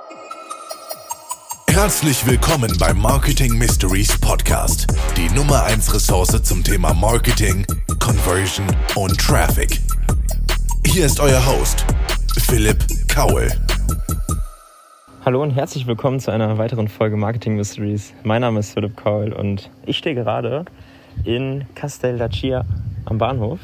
Herzlich willkommen beim Marketing Mysteries Podcast, die Nummer 1 Ressource zum Thema Marketing, Conversion und Traffic. Hier ist euer Host, Philipp Kaul. Hallo und herzlich willkommen zu einer weiteren Folge Marketing Mysteries. Mein Name ist Philipp Kaul und ich stehe gerade in Casteldaccia am Bahnhof,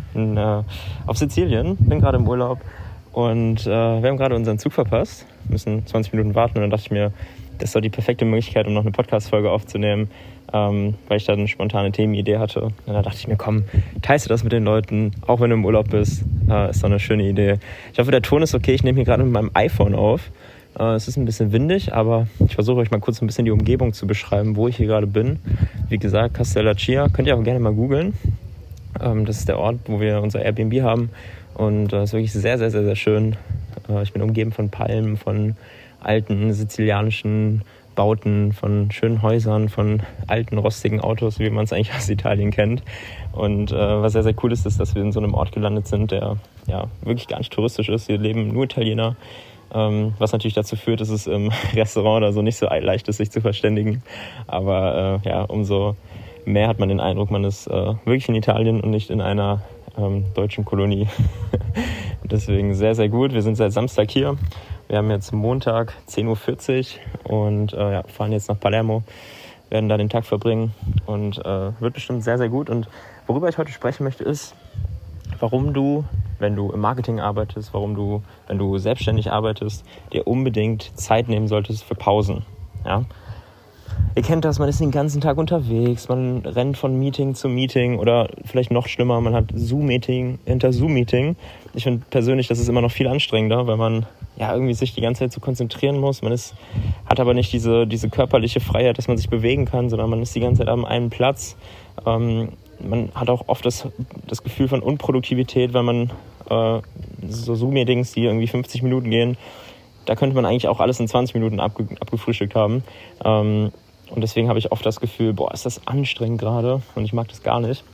auf Sizilien, bin gerade im Urlaub und wir haben gerade unseren Zug verpasst, müssen 20 Minuten warten und dann dachte ich mir, das ist doch die perfekte Möglichkeit, um noch eine Podcast-Folge aufzunehmen, weil ich da eine spontane Themenidee hatte. Und da dachte ich mir, komm, teilst du das mit den Leuten, auch wenn du im Urlaub bist, ist doch eine schöne Idee. Ich hoffe, der Ton ist okay, ich nehme hier gerade mit meinem iPhone auf. Es ist ein bisschen windig, aber ich versuche euch mal kurz ein bisschen die Umgebung zu beschreiben, wo ich hier gerade bin. Wie gesagt, Casteldaccia, könnt ihr auch gerne mal googeln. Das ist der Ort, wo wir unser Airbnb haben und es ist wirklich sehr, sehr, sehr, sehr schön. Ich bin umgeben von Palmen, von alten sizilianischen Bauten, von schönen Häusern, von alten rostigen Autos, wie man es eigentlich aus Italien kennt. Und was sehr, sehr cool ist, ist, dass wir in so einem Ort gelandet sind, der ja wirklich gar nicht touristisch ist. Hier leben nur Italiener, was natürlich dazu führt, dass es im Restaurant oder so nicht so leicht ist, sich zu verständigen. Aber umso mehr hat man den Eindruck, man ist wirklich in Italien und nicht in einer deutschen Kolonie. Deswegen sehr, sehr gut. Wir sind seit Samstag hier. Wir haben jetzt Montag 10.40 Uhr und fahren jetzt nach Palermo, werden da den Tag verbringen und wird bestimmt sehr, sehr gut. Und worüber ich heute sprechen möchte, ist, warum du, wenn du im Marketing arbeitest, warum du, wenn du selbstständig arbeitest, dir unbedingt Zeit nehmen solltest für Pausen. Ja? Ihr kennt das, man ist den ganzen Tag unterwegs, man rennt von Meeting zu Meeting oder vielleicht noch schlimmer, man hat Zoom-Meeting hinter Zoom-Meeting. Ich finde persönlich, das ist immer noch viel anstrengender, weil man irgendwie sich die ganze Zeit so konzentrieren muss. Man hat aber nicht diese körperliche Freiheit, dass man sich bewegen kann, sondern man ist die ganze Zeit am einen Platz. Man hat auch oft das Gefühl von Unproduktivität, weil man so Zoom-Meetings, die irgendwie 50 Minuten gehen, da könnte man eigentlich auch alles in 20 Minuten abgefrühstückt haben. Und deswegen habe ich oft das Gefühl, ist das anstrengend gerade und ich mag das gar nicht.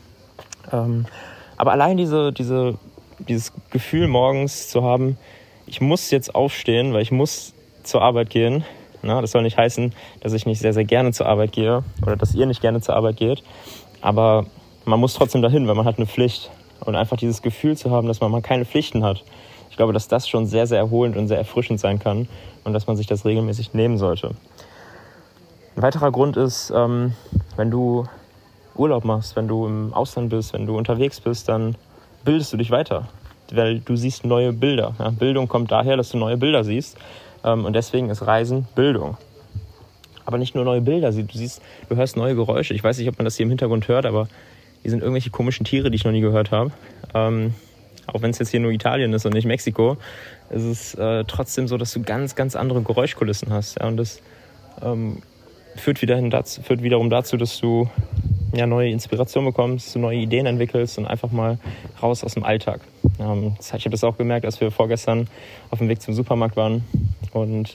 Aber allein dieses Gefühl morgens zu haben, ich muss jetzt aufstehen, weil ich muss zur Arbeit gehen. Das soll nicht heißen, dass ich nicht sehr, sehr gerne zur Arbeit gehe oder dass ihr nicht gerne zur Arbeit geht. Aber man muss trotzdem dahin, weil man hat eine Pflicht. Und einfach dieses Gefühl zu haben, dass man mal keine Pflichten hat. Ich glaube, dass das schon sehr, sehr erholend und sehr erfrischend sein kann und dass man sich das regelmäßig nehmen sollte. Ein weiterer Grund ist, wenn du Urlaub machst, wenn du im Ausland bist, wenn du unterwegs bist, dann bildest du dich weiter. Weil du siehst neue Bilder. Ja, Bildung kommt daher, dass du neue Bilder siehst. Und deswegen ist Reisen Bildung. Aber nicht nur neue Bilder. Du hörst neue Geräusche. Ich weiß nicht, ob man das hier im Hintergrund hört, aber hier sind irgendwelche komischen Tiere, die ich noch nie gehört habe. Auch wenn es jetzt hier nur Italien ist und nicht Mexiko, ist es trotzdem so, dass du ganz, ganz andere Geräuschkulissen hast. Ja? Und das führt wiederum dazu, dass du neue Inspiration bekommst, dass du neue Ideen entwickelst und einfach mal raus aus dem Alltag. Ich habe das auch gemerkt, als wir vorgestern auf dem Weg zum Supermarkt waren und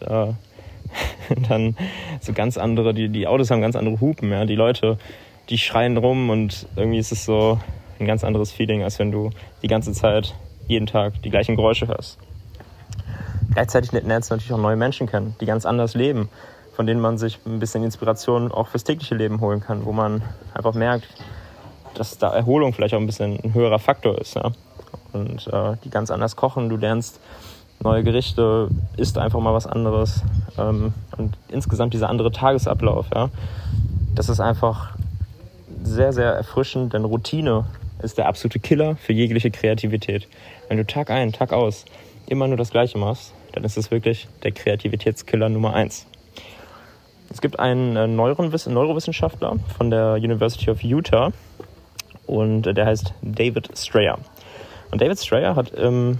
dann so ganz andere, die Autos haben ganz andere Hupen, ja? Die Leute, die schreien rum und irgendwie ist es so ein ganz anderes Feeling, als wenn du die ganze Zeit, jeden Tag die gleichen Geräusche hörst. Gleichzeitig lernst du natürlich auch neue Menschen kennen, die ganz anders leben, von denen man sich ein bisschen Inspiration auch fürs tägliche Leben holen kann, wo man einfach merkt, dass da Erholung vielleicht auch ein bisschen ein höherer Faktor ist. Ja? Und die ganz anders kochen, du lernst neue Gerichte, isst einfach mal was anderes und insgesamt dieser andere Tagesablauf, ja? Das ist einfach sehr, sehr erfrischend, denn Routine ist der absolute Killer für jegliche Kreativität. Wenn du Tag ein, Tag aus immer nur das Gleiche machst, dann ist es wirklich der Kreativitätskiller Nummer 1. Es gibt einen Neurowissenschaftler von der University of Utah und der heißt David Strayer. Und David Strayer hat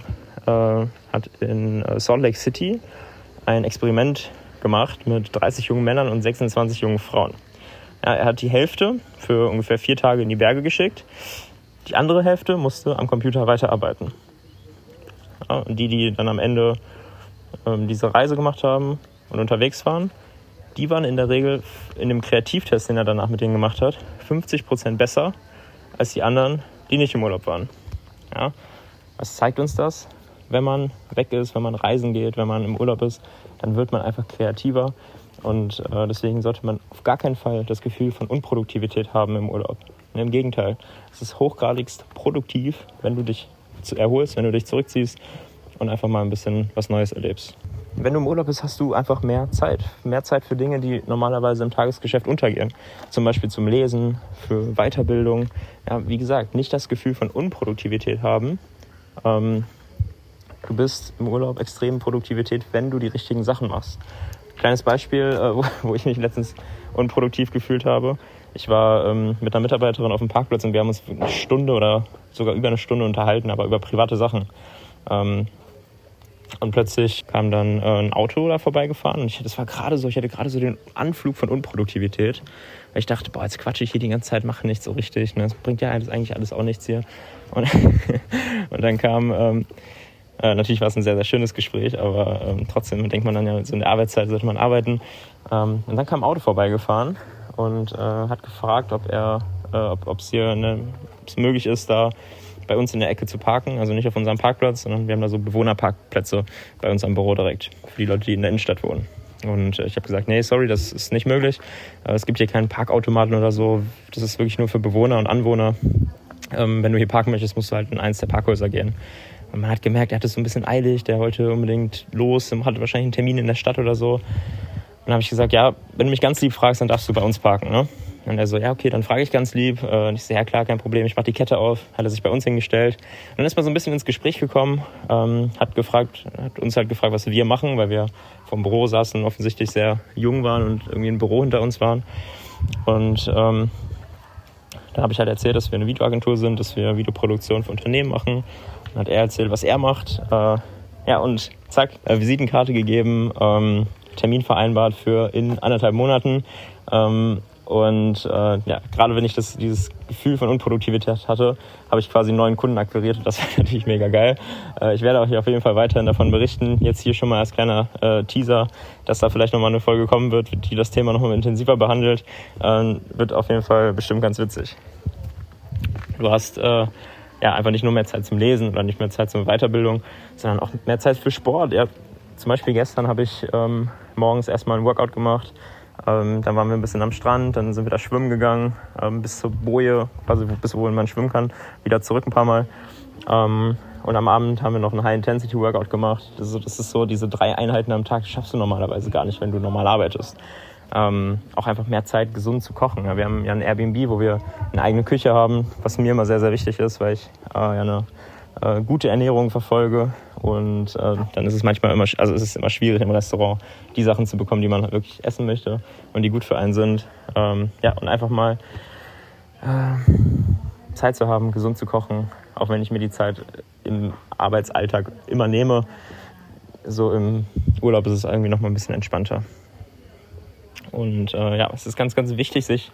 in Salt Lake City ein Experiment gemacht mit 30 jungen Männern und 26 jungen Frauen. Ja, er hat die Hälfte für ungefähr 4 Tage in die Berge geschickt. Die andere Hälfte musste am Computer weiterarbeiten. Ja, und die dann am Ende diese Reise gemacht haben und unterwegs waren, die waren in der Regel in dem Kreativtest, den er danach mit denen gemacht hat, 50% besser als die anderen, die nicht im Urlaub waren. Ja? Was zeigt uns das? wenn man weg ist, wenn man reisen geht, wenn man im Urlaub ist, dann wird man einfach kreativer. Und deswegen sollte man auf gar keinen Fall das Gefühl von Unproduktivität haben im Urlaub. Und im Gegenteil, es ist hochgradigst produktiv, wenn du dich erholst, wenn du dich zurückziehst und einfach mal ein bisschen was Neues erlebst. Wenn du im Urlaub bist, hast du einfach mehr Zeit für Dinge, die normalerweise im Tagesgeschäft untergehen. Zum Beispiel zum Lesen, für Weiterbildung. Ja, wie gesagt, nicht das Gefühl von Unproduktivität haben. Du bist im Urlaub extrem Produktivität, wenn du die richtigen Sachen machst. Kleines Beispiel, wo ich mich letztens unproduktiv gefühlt habe. Ich war mit einer Mitarbeiterin auf dem Parkplatz und wir haben uns eine Stunde oder sogar über eine Stunde unterhalten, aber über private Sachen. Und plötzlich kam dann ein Auto da vorbeigefahren und ich hatte gerade so den Anflug von Unproduktivität. Weil ich dachte, jetzt quatsche ich hier die ganze Zeit, mache nichts so richtig. Ne? Das bringt ja eigentlich alles auch nichts hier. Und dann kam, natürlich war es ein sehr, sehr schönes Gespräch, aber trotzdem denkt man dann ja, so in der Arbeitszeit sollte man arbeiten. Und dann kam ein Auto vorbeigefahren und hat gefragt, ob es möglich ist, da bei uns in der Ecke zu parken, also nicht auf unserem Parkplatz, sondern wir haben da so Bewohnerparkplätze bei uns am Büro direkt, für die Leute, die in der Innenstadt wohnen. Und ich habe gesagt, nee, sorry, das ist nicht möglich. Es gibt hier keinen Parkautomaten oder so, das ist wirklich nur für Bewohner und Anwohner. Wenn du hier parken möchtest, musst du halt in eins der Parkhäuser gehen. Und man hat gemerkt, er hatte es so ein bisschen eilig, der wollte unbedingt los, hatte wahrscheinlich einen Termin in der Stadt oder so. Und dann habe ich gesagt, ja, wenn du mich ganz lieb fragst, dann darfst du bei uns parken, ne? Und er so, ja, okay, dann frage ich ganz lieb. Und ich so, ja klar, kein Problem, ich mache die Kette auf. Hat er sich bei uns hingestellt. Und dann ist man so ein bisschen ins Gespräch gekommen, hat uns halt gefragt, was wir machen, weil wir vom Büro saßen und offensichtlich sehr jung waren und irgendwie ein Büro hinter uns waren. Und da habe ich halt erzählt, dass wir eine Videoagentur sind, dass wir Videoproduktion für Unternehmen machen. Dann hat er erzählt, was er macht. Und zack, Visitenkarte gegeben, Termin vereinbart für in 1,5 Monaten. Gerade wenn ich dieses Gefühl von Unproduktivität hatte, habe ich quasi einen neuen Kunden akquiriert. Das war natürlich mega geil. Ich werde auch hier auf jeden Fall weiterhin davon berichten. Jetzt hier schon mal als kleiner Teaser, dass da vielleicht nochmal eine Folge kommen wird, die das Thema nochmal intensiver behandelt. Wird auf jeden Fall bestimmt ganz witzig. Du hast einfach nicht nur mehr Zeit zum Lesen oder nicht mehr Zeit zur Weiterbildung, sondern auch mehr Zeit für Sport. Ja, zum Beispiel gestern habe ich morgens erstmal ein Workout gemacht. Dann waren wir ein bisschen am Strand, dann sind wir da schwimmen gegangen, bis zur Boje, quasi bis wohin man schwimmen kann, wieder zurück ein paar Mal. Und am Abend haben wir noch ein High-Intensity-Workout gemacht. Das ist so, diese 3 Einheiten am Tag schaffst du normalerweise gar nicht, wenn du normal arbeitest. Auch einfach mehr Zeit, gesund zu kochen. Ja, wir haben ja ein Airbnb, wo wir eine eigene Küche haben, was mir immer sehr, sehr wichtig ist, weil ich eine gute Ernährung verfolge. Und dann ist es manchmal immer schwierig im Restaurant die Sachen zu bekommen, die man wirklich essen möchte und die gut für einen sind. Und einfach mal Zeit zu haben, gesund zu kochen, auch wenn ich mir die Zeit im Arbeitsalltag immer nehme. So im Urlaub ist es irgendwie noch mal ein bisschen entspannter. Und es ist ganz, ganz wichtig, sich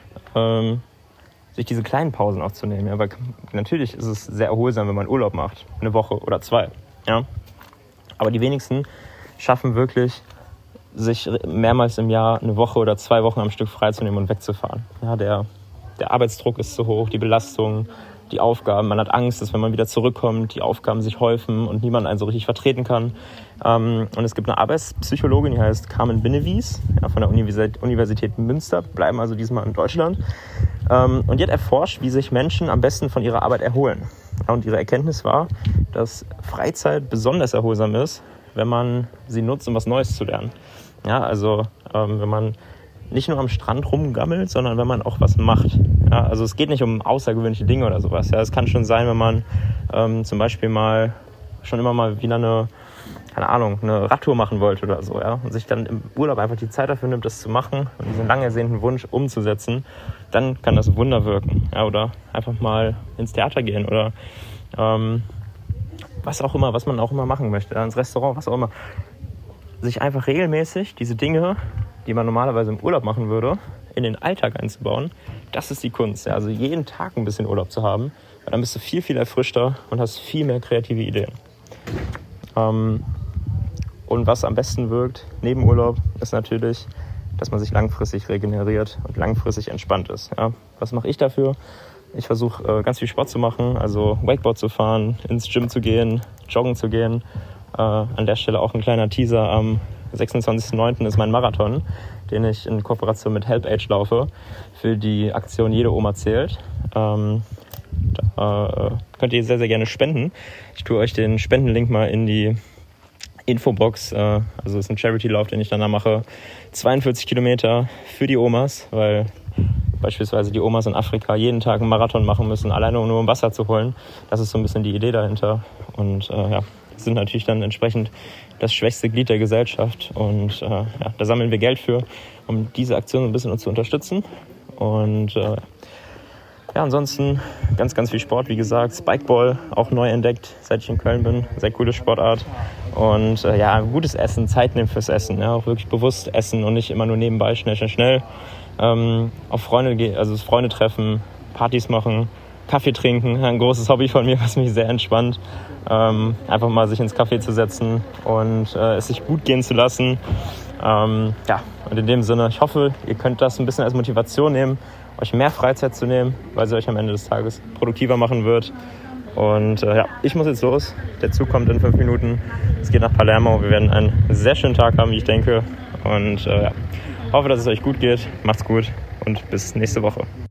diese kleinen Pausen auch zu nehmen. Ja, weil natürlich ist es sehr erholsam, wenn man Urlaub macht, 1 Woche oder 2. Ja? Aber die wenigsten schaffen wirklich, sich mehrmals im Jahr 1 Woche oder 2 Wochen am Stück freizunehmen und wegzufahren. Ja, der Arbeitsdruck ist zu hoch, die Belastung, die Aufgaben. Man hat Angst, dass wenn man wieder zurückkommt, die Aufgaben sich häufen und niemand einen so richtig vertreten kann. Und es gibt eine Arbeitspsychologin, die heißt Carmen Binnewies, von der Universität Münster, bleiben also diesmal in Deutschland. Und die hat erforscht, wie sich Menschen am besten von ihrer Arbeit erholen. Und ihre Erkenntnis war, dass Freizeit besonders erholsam ist, wenn man sie nutzt, um was Neues zu lernen. Ja, also wenn man nicht nur am Strand rumgammelt, sondern wenn man auch was macht. Ja, also es geht nicht um außergewöhnliche Dinge oder sowas. Ja, es kann schon sein, wenn man zum Beispiel schon immer mal wieder eine Radtour machen wollte oder so, ja, und sich dann im Urlaub einfach die Zeit dafür nimmt, das zu machen und diesen lang ersehnten Wunsch umzusetzen, dann kann das Wunder wirken. Ja, oder einfach mal ins Theater gehen oder was man auch immer machen möchte, ja, ins Restaurant, was auch immer. Sich einfach regelmäßig diese Dinge, die man normalerweise im Urlaub machen würde, in den Alltag einzubauen, das ist die Kunst. Ja, also jeden Tag ein bisschen Urlaub zu haben, weil dann bist du viel, viel erfrischter und hast viel mehr kreative Ideen. Und was am besten wirkt neben Urlaub, ist natürlich, dass man sich langfristig regeneriert und langfristig entspannt ist. Ja, was mache ich dafür? Ich versuche ganz viel Sport zu machen, also Wakeboard zu fahren, ins Gym zu gehen, joggen zu gehen. An der Stelle auch ein kleiner Teaser. Am 26.09. ist mein Marathon, den ich in Kooperation mit HelpAge laufe, für die Aktion Jede Oma zählt. Da könnt ihr sehr, sehr gerne spenden. Ich tue euch den Spendenlink mal in die Infobox. Also es ist ein Charity-Lauf, den ich danach mache. 42 Kilometer für die Omas, weil beispielsweise die Omas in Afrika jeden Tag einen Marathon machen müssen, alleine nur um Wasser zu holen. Das ist so ein bisschen die Idee dahinter. Und sind natürlich dann entsprechend das schwächste Glied der Gesellschaft. Und da sammeln wir Geld für, um diese Aktion ein bisschen zu unterstützen. Und ansonsten ganz, ganz viel Sport, wie gesagt. Spikeball auch neu entdeckt, seit ich in Köln bin. Sehr coole Sportart. Und gutes Essen, Zeit nehmen fürs Essen. Ja, auch wirklich bewusst essen und nicht immer nur nebenbei schnell. Auf Freunde treffen, Partys machen, Kaffee trinken. Ein großes Hobby von mir, was mich sehr entspannt. Einfach mal sich ins Café zu setzen und es sich gut gehen zu lassen. Und in dem Sinne, ich hoffe, ihr könnt das ein bisschen als Motivation nehmen, euch mehr Freizeit zu nehmen, weil sie euch am Ende des Tages produktiver machen wird. Und ich muss jetzt los. Der Zug kommt in 5 Minuten. Es geht nach Palermo. Wir werden einen sehr schönen Tag haben, wie ich denke. Und hoffe, dass es euch gut geht. Macht's gut und bis nächste Woche.